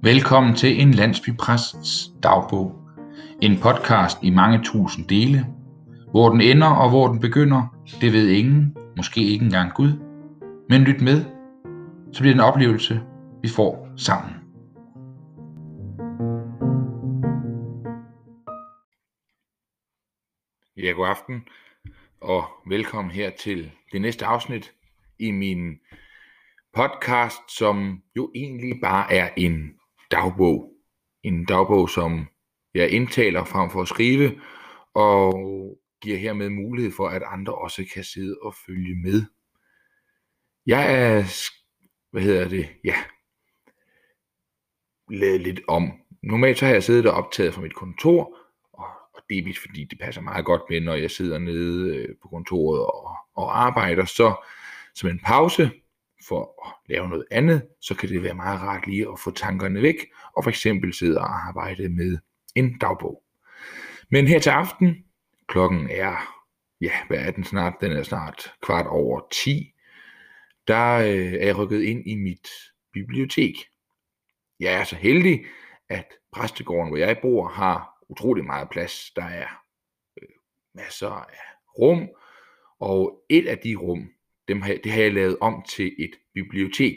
Velkommen til en landsbypræsts dagbog. En podcast i mange tusind dele. Hvor den ender og hvor den begynder, det ved ingen, måske ikke engang Gud. Men lyt med, så bliver det en oplevelse, vi får sammen. Ja, god aften og velkommen her til det næste afsnit i min podcast, som jo egentlig bare er en dagbog. En dagbog, som jeg indtaler frem for at skrive, og giver hermed mulighed for, at andre også kan sidde og følge med. Jeg er, lavet lidt om. Normalt så har jeg siddet og optaget fra mit kontor, og det er fordi det passer meget godt med, når jeg sidder nede på kontoret og arbejder. Så som en pause for at lave noget andet, så kan det være meget rart lige at få tankerne væk, og for eksempel sidde og arbejde med en dagbog. Men her til aften, klokken er, hvad er den snart? Den er snart 10:15. Der er jeg rykket ind i mit bibliotek. Jeg er så heldig, at præstegården, hvor jeg bor, har utrolig meget plads. Der er masser af rum, og et af de rum, det har jeg lavet om til et bibliotek.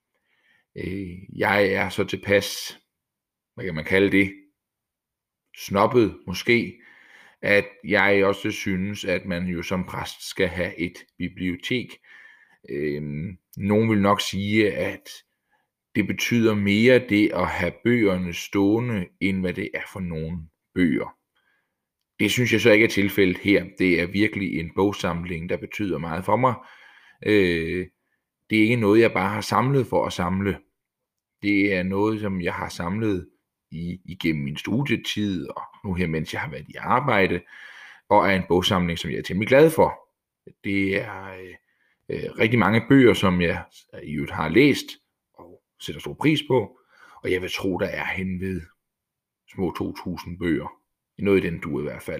Jeg er så tilpas, hvad kan man kalde det, snobbet måske, at jeg også synes, at man jo som præst skal have et bibliotek. Nogen vil nok sige, at det betyder mere det at have bøgerne stående, end hvad det er for nogle bøger. Det synes jeg så ikke er tilfældet her. Det er virkelig en bogsamling, der betyder meget for mig. Det er ikke noget, jeg bare har samlet for at samle. Det er noget, som jeg har samlet igennem min studietid, og nu her, mens jeg har været i arbejde, og er en bogsamling, som jeg er temmelig glad for. Det er rigtig mange bøger, som jeg i øvrigt har læst, og sætter stor pris på, og jeg vil tro, der er hen ved små 2.000 bøger. Noget i den dur i hvert fald.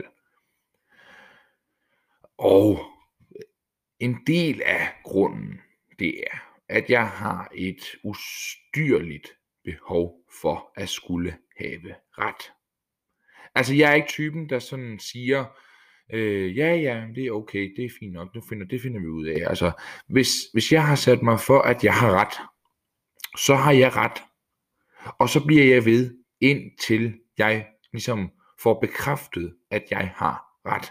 Og en del af grunden, det er, at jeg har et ustyrligt behov for at skulle have ret. Altså, jeg er ikke typen, der sådan siger, det er okay, det er fint nok, det finder vi ud af. Altså, hvis jeg har sat mig for, at jeg har ret, så har jeg ret. Og så bliver jeg ved, indtil jeg ligesom får bekræftet, at jeg har ret.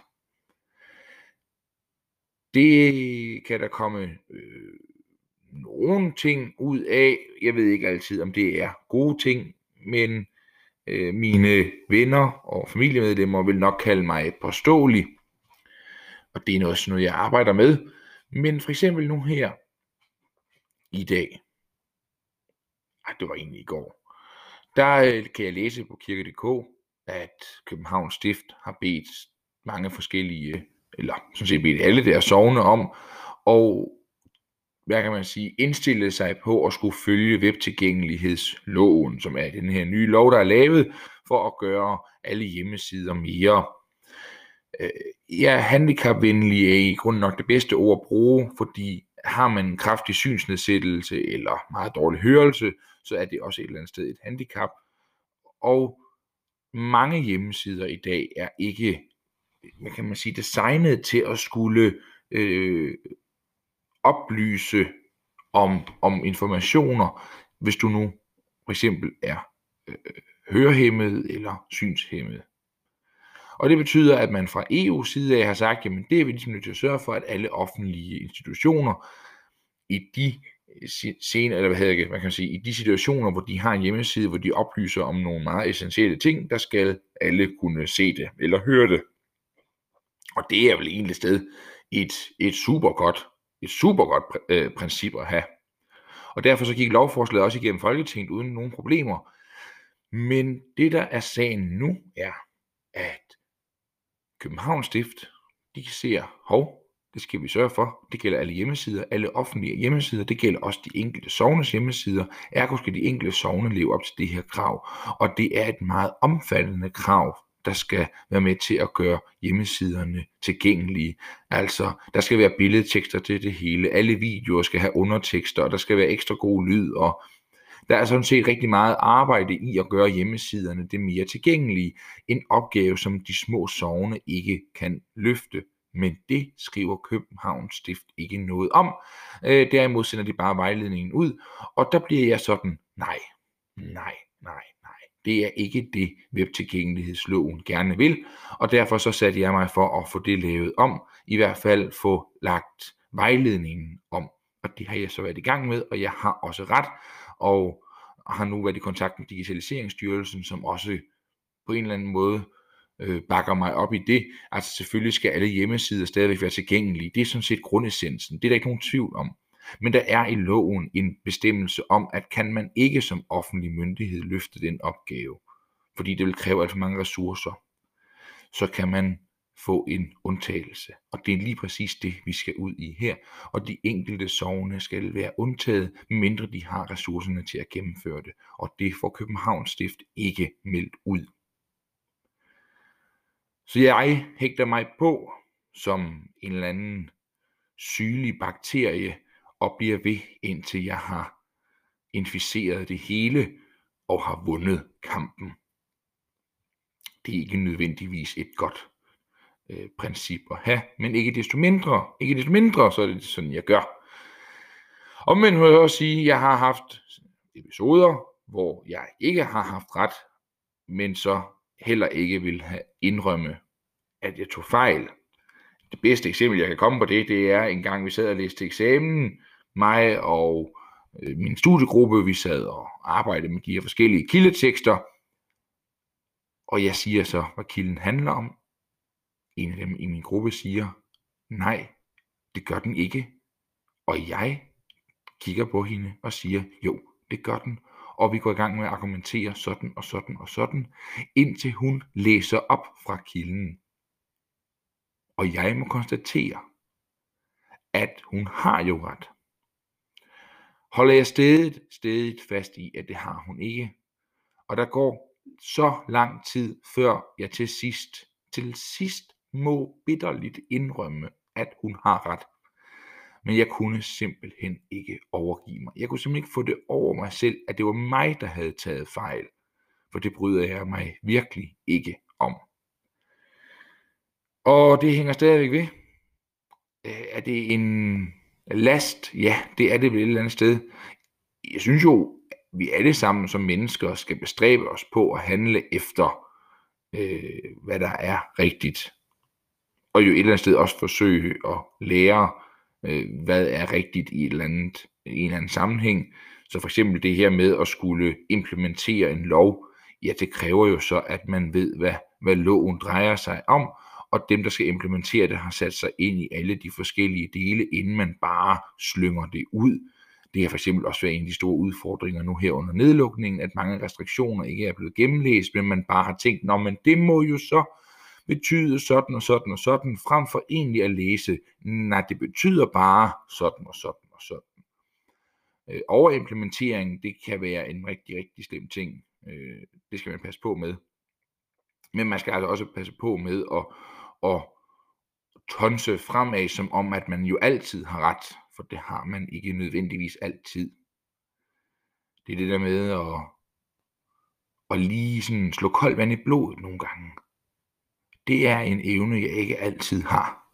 Det kan der komme nogle ting ud af. Jeg ved ikke altid, om det er gode ting, men mine venner og familiemedlemmer vil nok kalde mig påståelig. Og det er noget, jeg arbejder med. Men for eksempel nu her i dag, det var egentlig i går, der kan jeg læse på kirke.dk, at Københavns Stift har bedt mange forskellige, eller sådan set bedt alle deres sogne om, og hvad kan man sige, indstille sig på at skulle følge webtilgængelighedsloven, som er den her nye lov, der er lavet for at gøre alle hjemmesider mere handicapvenlige er i grunden nok det bedste ord at bruge, fordi har man en kraftig synsnedsættelse eller meget dårlig hørelse, så er det også et eller andet sted et handicap. Og mange hjemmesider i dag er ikke, hvad kan man sige, designet til at skulle oplyse om informationer, hvis du nu for eksempel er hørehæmmet eller synshæmmet. Og det betyder, at man fra EU's side af har sagt, jamen det er vi ligesom nødt til at sørge for, at alle offentlige institutioner i de i de situationer, hvor de har en hjemmeside, hvor de oplyser om nogle meget essentielle ting, der skal alle kunne se det eller høre det. Og det er vel egentlig sted et super godt princip at have. Og derfor så gik lovforslaget også igennem Folketinget uden nogen problemer. Men det der er sagen nu er, at Københavns Stift, de ser, det skal vi sørge for. Det gælder alle hjemmesider, alle offentlige hjemmesider. Det gælder også de enkelte sognes hjemmesider. Ergo skal de enkelte sogne leve op til det her krav. Og det er et meget omfattende krav, der skal være med til at gøre hjemmesiderne tilgængelige. Altså, der skal være billedtekster til det hele. Alle videoer skal have undertekster, og der skal være ekstra god lyd. Og Der er sådan set rigtig meget arbejde i at gøre hjemmesiderne det mere tilgængelige. En opgave, som de små sogne ikke kan løfte. Men det skriver Københavns Stift ikke noget om. Derimod sender de bare vejledningen ud, og der bliver jeg sådan, nej. Det er ikke det, webtilgængelighedsloven gerne vil, og derfor så satte jeg mig for at få det lavet om, i hvert fald få lagt vejledningen om. Og det har jeg så været i gang med, og jeg har også ret, og har nu været i kontakt med Digitaliseringsstyrelsen, som også på en eller anden måde bakker mig op i det. Altså selvfølgelig skal alle hjemmesider stadigvæk være tilgængelige. Det er sådan set grundessensen. Det er der ikke nogen tvivl om. Men der er i loven en bestemmelse om, at kan man ikke som offentlig myndighed løfte den opgave, fordi det vil kræve alt for mange ressourcer, så kan man få en undtagelse. Og det er lige præcis det, vi skal ud i her. Og de enkelte sogne skal være undtaget, mindre de har ressourcerne til at gennemføre det. Og det får Københavns Stift ikke meldt ud. Så jeg hægter mig på som en eller anden sygelig bakterie og bliver ved, indtil jeg har inficeret det hele og har vundet kampen. Det er ikke nødvendigvis et godt princip at have, men ikke desto mindre, så er det sådan, jeg gør. Omvendt må jeg også sige, at jeg har haft episoder, hvor jeg ikke har haft ret, men så heller ikke vil have indrømme, at jeg tog fejl. Det bedste eksempel, jeg kan komme på det er en gang, vi sad og læste til eksamen, mig og min studiegruppe, vi sad og arbejdede med de her forskellige kildetekster, og jeg siger så, hvad kilden handler om. En af dem i min gruppe siger, nej, det gør den ikke. Og jeg kigger på hende og siger, jo, det gør den. Og vi går i gang med at argumentere sådan og sådan og sådan, indtil hun læser op fra kilden. Og jeg må konstatere, at hun har jo ret. Holder jeg stedigt fast i, at det har hun ikke. Og der går så lang tid, før jeg til sidst må bitterligt indrømme, at hun har ret. Men jeg kunne simpelthen ikke overgive mig. Jeg kunne simpelthen ikke få det over mig selv, at det var mig, der havde taget fejl. For det bryder jeg mig virkelig ikke om. Og det hænger stadigvæk ved. Er det en last? Ja, det er det vel et eller andet sted. Jeg synes jo, at vi alle sammen som mennesker skal bestræbe os på at handle efter, hvad der er rigtigt. Og jo et eller andet sted også forsøge at lære, hvad er rigtigt i en eller anden sammenhæng. Så for eksempel det her med at skulle implementere en lov, ja, det kræver jo så, at man ved, hvad loven drejer sig om, og dem, der skal implementere det, har sat sig ind i alle de forskellige dele, inden man bare slynger det ud. Det har for eksempel også været en af de store udfordringer nu her under nedlukningen, at mange restriktioner ikke er blevet gennemlæst, men man bare har tænkt, nå, men det må jo så betyde sådan og sådan og sådan, frem for egentlig at læse, nej, det betyder bare sådan og sådan og sådan. Overimplementering, det kan være en rigtig, rigtig slem ting. Det skal man passe på med. Men man skal altså også passe på med at tonse fremad, som om, at man jo altid har ret, for det har man ikke nødvendigvis altid. Det er det der med at lige sådan slå koldt vand i blodet nogle gange. Det er en evne, jeg ikke altid har.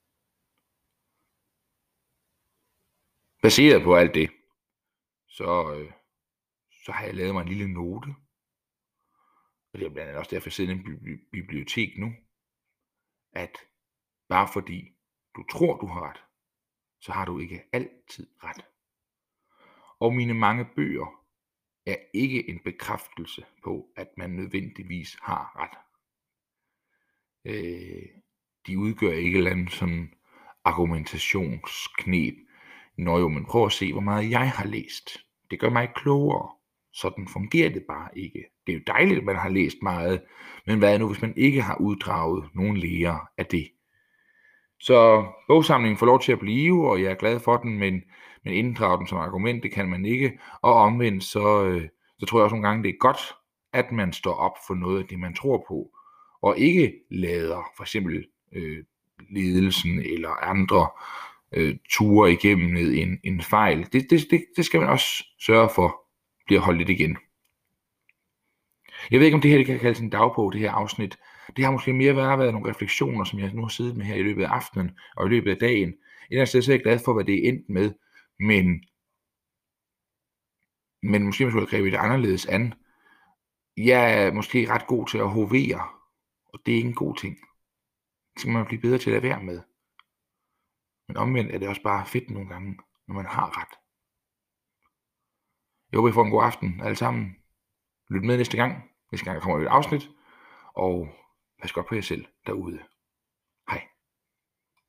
Baseret på alt det, så har jeg lavet mig en lille note. Og det er blandt andet også derfor, jeg sidder i en bibliotek nu, at bare fordi du tror, du har ret, så har du ikke altid ret. Og mine mange bøger er ikke en bekræftelse på, at man nødvendigvis har ret. De udgør ikke et eller andet sådan argumentationskneb. Når jo, man prøver at se, hvor meget jeg har læst. Det gør mig klogere. Sådan fungerer det bare ikke. Det er jo dejligt, at man har læst meget, men hvad nu, hvis man ikke har uddraget nogen lærer af det? Så bogsamlingen får lov til at blive, og jeg er glad for den, men inddrage den som argument, det kan man ikke. Og omvendt, så tror jeg også nogle gange, det er godt, at man står op for noget af det, man tror på, og ikke lader for eksempel ledelsen eller andre ture igennem en fejl. Det skal man også sørge for. bliver holdt lidt igen. Jeg ved ikke, om det her det kan kaldes en dagbog, det her afsnit. Det har måske mere været nogle refleksioner, som jeg nu har siddet med her i løbet af aftenen og i løbet af dagen. Et eller andet sted så er jeg glad for, hvad det er endt med, men måske man skulle have grebet det anderledes an. Jeg er måske ret god til at hovere, og det er ikke en god ting. Det skal man blive bedre til at være med. Men omvendt er det også bare fedt nogle gange, når man har ret. Jeg håber, I får en god aften alle sammen. Lyt med næste gang. Næste gang der kommer et afsnit. Og pas godt på jer selv derude.